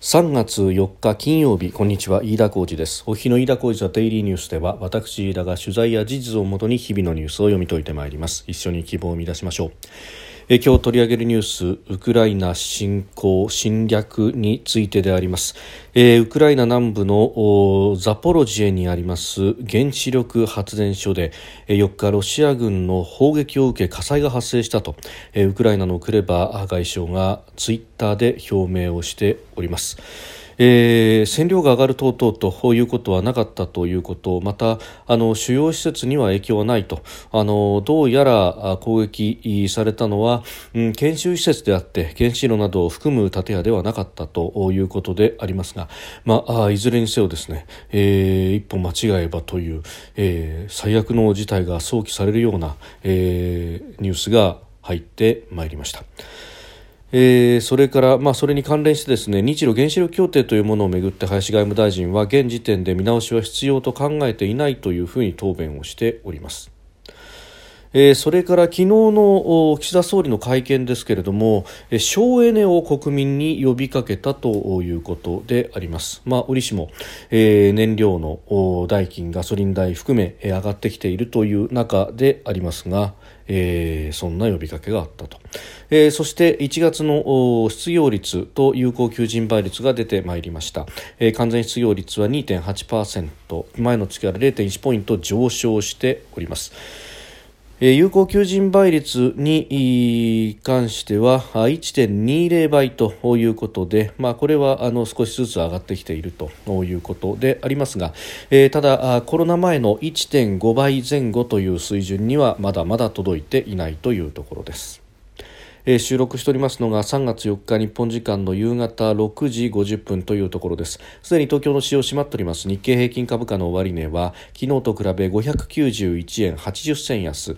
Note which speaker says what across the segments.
Speaker 1: 3月4日金曜日、こんにちは、飯田浩司です。お日の飯田浩司はデイリーニュースでは、私飯田が取材や事実をもとに日々のニュースを読み解いてまいります。一緒に希望を見出しましょう。今日取り上げるニュース、ウクライナ侵攻侵略についてであります。ウクライナ南部のザポロジエにあります原子力発電所で4日ロシア軍の砲撃を受け火災が発生したとウクライナのクレバ外相がツイッターで表明をしております。線量が上がる等々ということはなかったということ、また主要施設には影響はないと、どうやら攻撃されたのは、研修施設であって原子炉などを含む建屋ではなかったということでありますが、いずれにせよですね、一歩間違えばという、最悪の事態が想起されるような、ニュースが入ってまいりました。それから、それに関連してですね、日露原子力協定というものをめぐって林外務大臣は現時点で見直しは必要と考えていないというふうに答弁をしております。それから昨日の岸田総理の会見ですけれども、省エネを国民に呼びかけたということであります。折しも、燃料の代金、ガソリン代含め上がってきているという中でありますが、そんな呼びかけがあったと。そして1月の失業率と有効求人倍率が出てまいりました。完全失業率は 2.8%、 前の月から 0.1 ポイント上昇しております。有効求人倍率に関しては 1.20 倍ということで、これは少しずつ上がってきているということでありますが、ただコロナ前の 1.5 倍前後という水準にはまだまだ届いていないというところです。収録しておりますのが3月4日日本時間の夕方6時50分というところです。すでに東京の市場閉まっております。日経平均株価の終値は昨日と比べ591円80銭安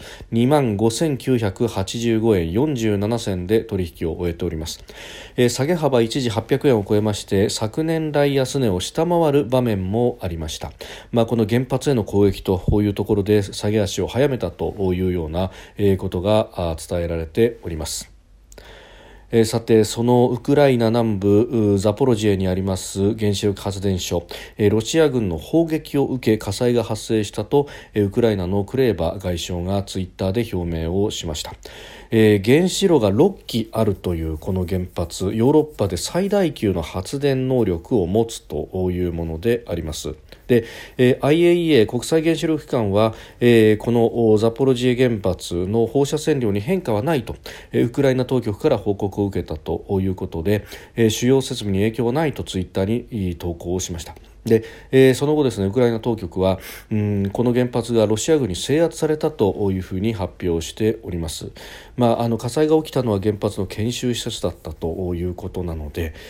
Speaker 1: 25,985 円47銭で取引を終えております。下げ幅一時800円を超えまして、昨年来安値を下回る場面もありました。この原発への攻撃というところで下げ足を早めたというようなことが伝えられております。さて、そのウクライナ南部ザポロジエにあります原子力発電所、ロシア軍の砲撃を受け火災が発生したとウクライナのクレーバ外相がツイッターで表明をしました。原子炉が6基あるというこの原発、ヨーロッパで最大級の発電能力を持つというものであります。で、IAEA 国際原子力機関は、このザポロジエ原発の放射線量に変化はないと、ウクライナ当局から報告を受けたということで、主要設備に影響はないとツイッターに投稿をしました。で、その後ですね、ウクライナ当局はこの原発がロシア軍に制圧されたというふうに発表しております。火災が起きたのは原発の研修施設だったということなので、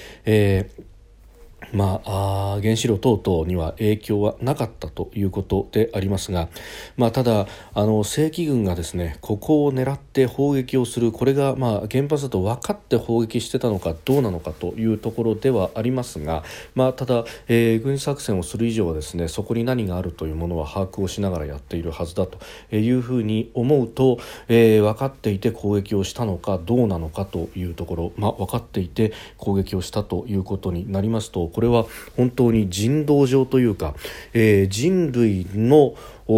Speaker 1: 原子炉等々には影響はなかったということでありますが、ただ正規軍がですね、ここを狙って砲撃をする、これが原発だと分かって砲撃してたのかどうなのかというところではありますが、ただ、軍事作戦をする以上はですね、そこに何があるというものは把握をしながらやっているはずだというふうに思うと、分かっていて攻撃をしたのかどうなのかというところ、分かっていて攻撃をしたということになりますと、これは本当に人道上というか、人類の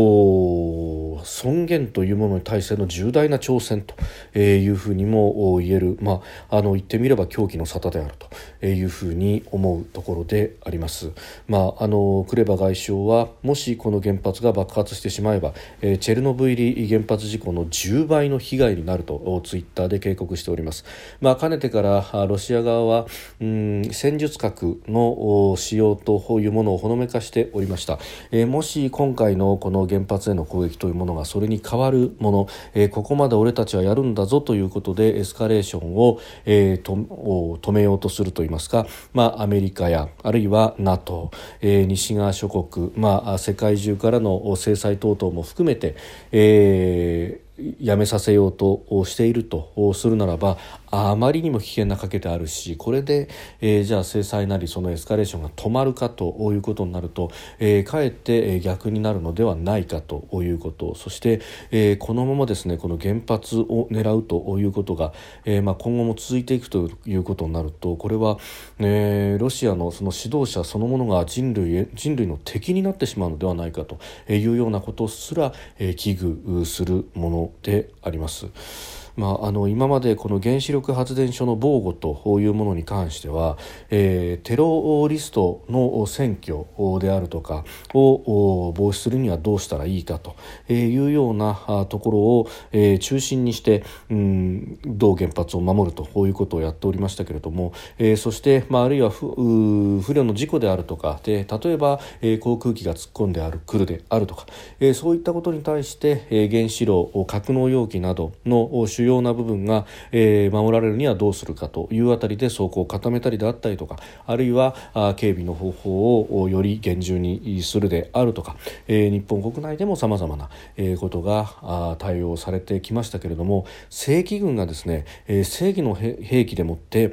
Speaker 1: 尊厳というものに対しての重大な挑戦というふうにも言える、言ってみれば狂気の沙汰であるというふうに思うところであります。クレバ外相は、もしこの原発が爆発してしまえば、チェルノブイリ原発事故の10倍の被害になるとツイッターで警告しております。かねてからロシア側は戦術核の使用というものをほのめかしておりました。もし今回のこの原発への攻撃というものがそれに変わるもの、ここまで俺たちはやるんだぞということでエスカレーションを、止めようとするといいますか、アメリカやあるいは NATO、西側諸国、世界中からの制裁等々も含めて、やめさせようとしているとするならば、 あまりにも危険な賭けであるし、これで、じゃあ制裁なりそのエスカレーションが止まるかということになると、かえって逆になるのではないかということ、そして、このままですねこの原発を狙うということが、今後も続いていくということになると、これは、ロシアのその指導者そのものが人類の敵になってしまうのではないかというようなことすら、危惧するものであります。今までこの原子力発電所の防護というものに関しては、テロリストの占拠であるとかを防止するにはどうしたらいいかというようなところを中心にして、どう原発を守るということをやっておりましたけれども、そして、あるいは不慮の事故であるとかで、例えば、航空機が突っ込んでくるであるとか、そういったことに対して、原子炉格納容器などの主要な部分が、守られるにはどうするかというあたりで走行を固めたりであったりとか、あるいは警備の方法をより厳重にするであるとか、日本国内でも様々なことが対応されてきましたけれども、正規軍がですね、正義の兵器でもって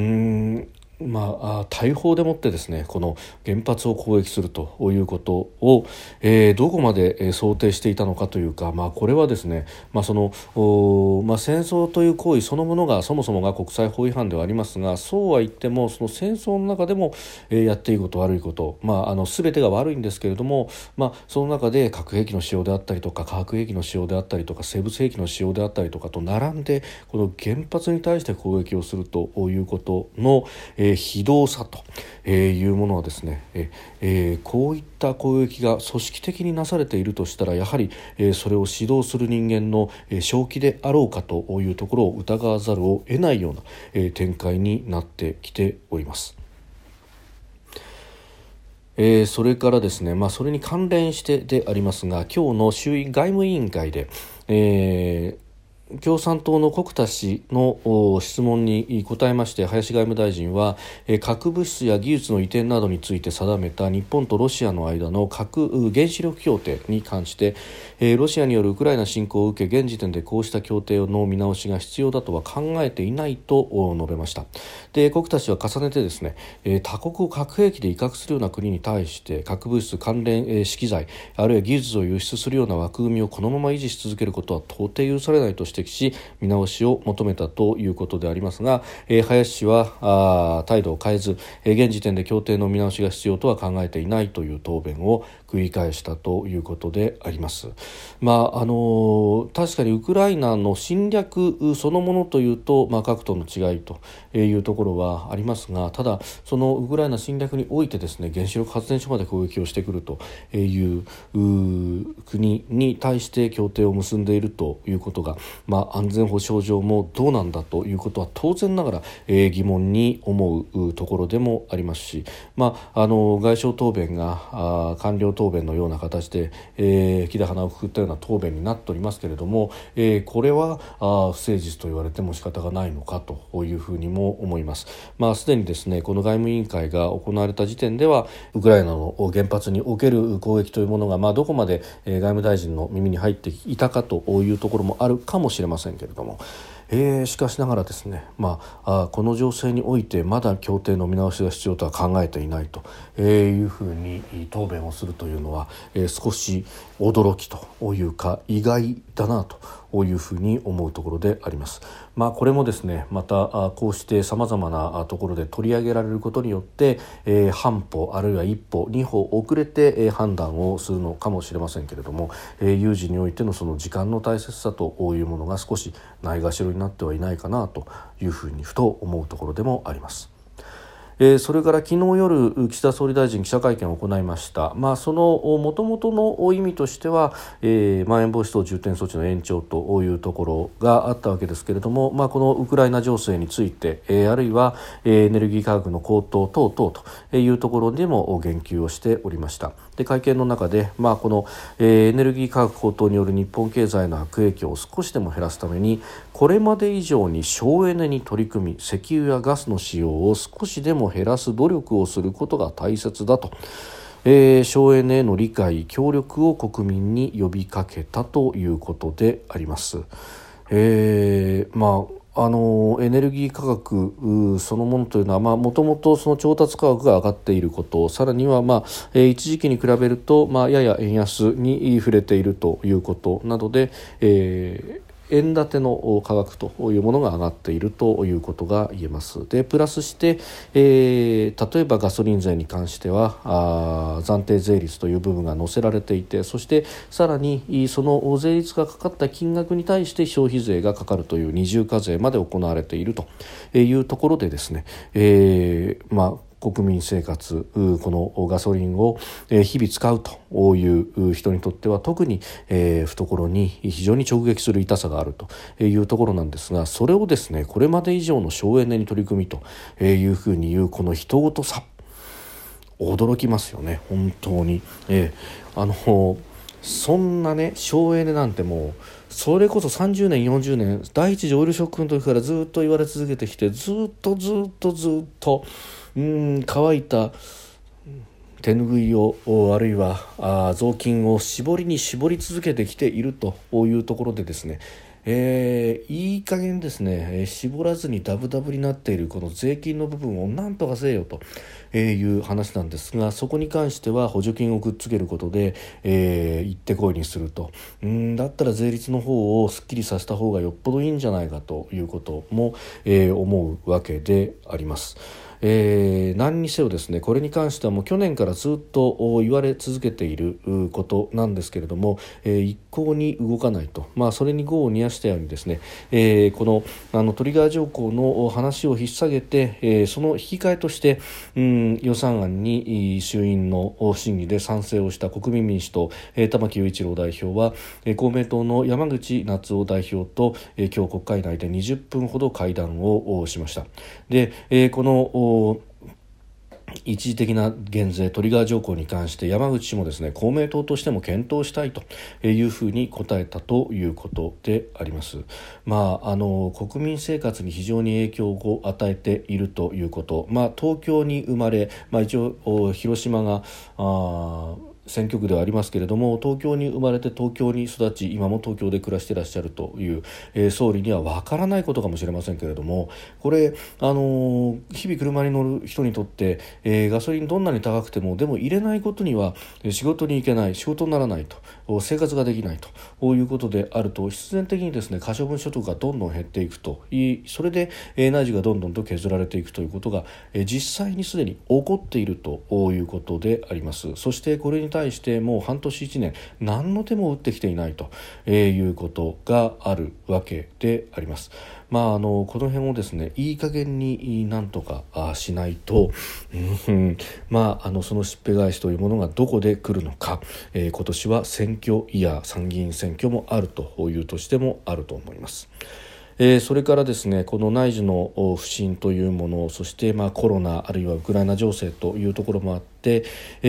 Speaker 1: 大砲でもってですねこの原発を攻撃するということを、どこまで想定していたのかというか、これはですね、戦争という行為そのものがそもそもが国際法違反ではありますが、そうは言ってもその戦争の中でも、やっていいこと悪いこと、全てが悪いんですけれども、その中で核兵器の使用であったりとか化学兵器の使用であったりとか生物兵器の使用であったりとかと並んでこの原発に対して攻撃をするということの、非道さというものはですね、こういった攻撃が組織的になされているとしたら、やはり、それを指導する人間の、正気であろうかというところを疑わざるを得ないような、展開になってきております。それからですね、それに関連してでありますが、今日の衆院外務委員会で、共産党の国田氏の質問に答えまして、林外務大臣は核物質や技術の移転などについて定めた日本とロシアの間の核原子力協定に関して、ロシアによるウクライナ侵攻を受け現時点でこうした協定の見直しが必要だとは考えていないと述べました。で、国田氏は重ねてですね、他国を核兵器で威嚇するような国に対して核物質関連資機材あるいは技術を輸出するような枠組みをこのまま維持し続けることは到底許されないと指摘し、見直しを求めたということでありますが、林氏は態度を変えず、現時点で協定の見直しが必要とは考えていないという答弁を繰り返したということであります。確かにウクライナの侵略そのものというと、核との違いというところはありますが、ただそのウクライナ侵略においてですね、原子力発電所まで攻撃をしてくるという国に対して協定を結んでいるということが、安全保障上もどうなんだということは当然ながら、疑問に思うところでもありますし、外相答弁が官僚答弁のような形で、木で鼻をくくったような答弁になっておりますけれども、これは不誠実と言われても仕方がないのかというふうにも思います。すでにですねこの外務委員会が行われた時点ではウクライナの原発における攻撃というものが、どこまで外務大臣の耳に入っていたかというところもあるかもしれませんけれども、しかしながらですね、この情勢においてまだ協定の見直しが必要とは考えていないというふうに答弁をするというのは、少し驚きというか意外だなというふうに思うところであります。これもですねまたこうしてさまざまなところで取り上げられることによって、半歩あるいは一歩二歩遅れて判断をするのかもしれませんけれども、有事においてのその時間の大切さというものが少しないがしろになってはいないかなというふうにふと思うところでもあります。それから昨日夜岸田総理大臣記者会見を行いました。その元々の意味としては、まん延防止等重点措置の延長というところがあったわけですけれども、このウクライナ情勢について、あるいはエネルギー価格の高騰等々というところでも言及をしておりました。で、会見の中で、このエネルギー価格高騰による日本経済の悪影響を少しでも減らすために、これまで以上に省エネに取り組み、石油やガスの使用を少しでも減らす努力をすることが大切だと、省エネへの理解協力を国民に呼びかけたということであります。 エネルギー価格そのものというのはもともとその調達価格が上がっていること、さらには、一時期に比べると、やや円安に触れているということなどで、円建ての価格というものが上がっているということが言えます。でプラスして、例えばガソリン税に関しては暫定税率という部分が載せられていて、そしてさらにその税率がかかった金額に対して消費税がかかるという二重課税まで行われているというところでですね、国民生活このガソリンを日々使うという人にとっては特に懐に非常に直撃する痛さがあるというところなんですが、それをですねこれまで以上の省エネに取り組みというふうに言うこの人ごとさ、驚きますよね本当に。そんなね省エネなんてもうそれこそ30年40年第一次オイルショックの時からずっと言われ続けてきて、ずっと乾いた手ぬぐいをあるいは雑巾を絞りに絞り続けてきているというところでですね、いい加減ですね、絞らずにダブダブになっているこの税金の部分をなんとかせよという話なんですが、そこに関しては補助金をくっつけることで、行ってこいにすると、だったら税率の方をすっきりさせた方がよっぽどいいんじゃないかということも、思うわけであります。何にせよですね、これに関してはもう去年からずっと言われ続けていることなんですけれども、一向に動かないと、それに業を煮やしたようにですね、このトリガー条項の話を引っ提げて、その引き換えとして、予算案に衆院の審議で賛成をした国民民主党、玉木雄一郎代表は、公明党の山口那津男代表と、今日国会内で20分ほど会談をしました。で、この一時的な減税トリガー条項に関して山口氏もですね公明党としても検討したいというふうに答えたということであります。国民生活に非常に影響を与えているということ、東京に生まれ、一応広島が選挙区ではありますけれども、東京に生まれて東京に育ち今も東京で暮らしていらっしゃるという、総理にはわからないことかもしれませんけれども、これ日々車に乗る人にとって、ガソリンどんなに高くてもでも入れないことには仕事に行けない、仕事にならないと、生活ができないということであると、必然的にですね可処分所得がどんどん減っていくと、それで内需がどんどんと削られていくということが実際にすでに起こっているということであります。そしてこれに対してもう半年1年何の手も打ってきていないということがあるわけであります。この辺をですねいい加減になんとかしないと、そのしっぺ返しというものがどこで来るのか、今年は選挙イヤー、参議院選挙もあるという年でもあると思います。それからですねこの内需の不振というもの、そしてコロナあるいはウクライナ情勢というところもあって、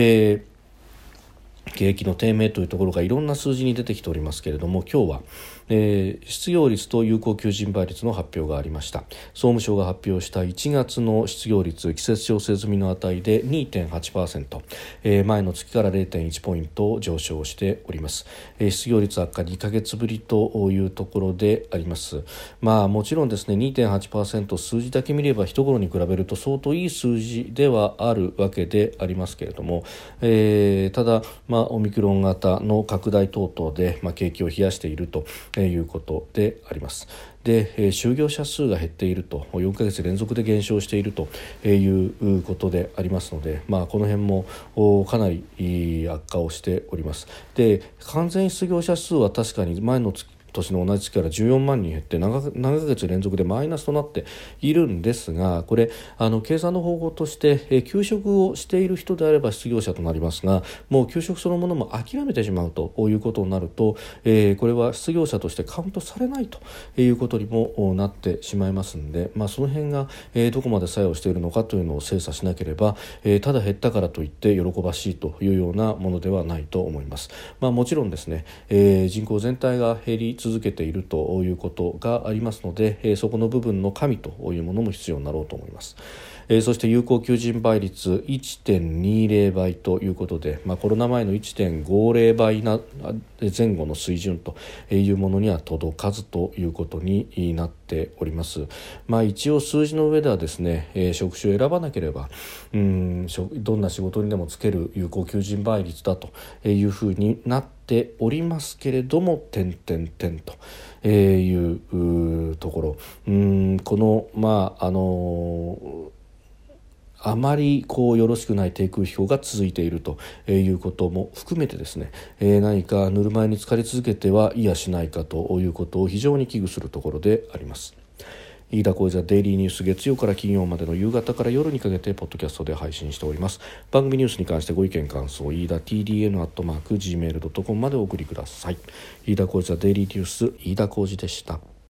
Speaker 1: 景気の低迷というところがいろんな数字に出てきておりますけれども、今日は、失業率と有効求人倍率の発表がありました。総務省が発表した1月の失業率季節調整済みの値で 2.8%、前の月から 0.1 ポイント上昇しております。失業率悪化2ヶ月ぶりというところであります。もちろんですね 2.8% 数字だけ見れば一頃に比べると相当いい数字ではあるわけでありますけれども、ただオミクロン型の拡大等々で、景気を冷やしているということであります。で、就業者数が減っていると、4ヶ月連続で減少しているということでありますので、この辺もかなり悪化をしております。で、完全失業者数は確かに前の年の同じ月から14万人減って7ヶ月連続でマイナスとなっているんですが、これ計算の方法として、休職をしている人であれば失業者となりますが、もう休職そのものも諦めてしまうということになると、これは失業者としてカウントされないということにもなってしまいますので、その辺が、どこまで作用しているのかというのを精査しなければ、ただ減ったからといって喜ばしいというようなものではないと思います。もちろんですね、人口全体が減り続けているということがありますので、そこの部分の加味というものも必要になろうと思います。 そして有効求人倍率 1.20 倍ということで、コロナ前の 1.50 倍前後の水準というものには届かずということになっております。一応数字の上ではですね、職種を選ばなければどんな仕事にでもつける有効求人倍率だというふうになっておりますけれども、というところ、このあまりよろしくない低空飛行が続いているということも含めてですね、何かぬるま湯に浸かり続けてはいやしないかということを非常に危惧するところであります。飯田浩司ザデイリーニュース、月曜から金曜までの夕方から夜にかけてポッドキャストで配信しております。番組ニュースに関してご意見感想、飯田 TDN@gmail.com までお送りください。飯田浩司ザデイリーニュース、飯田浩司でした。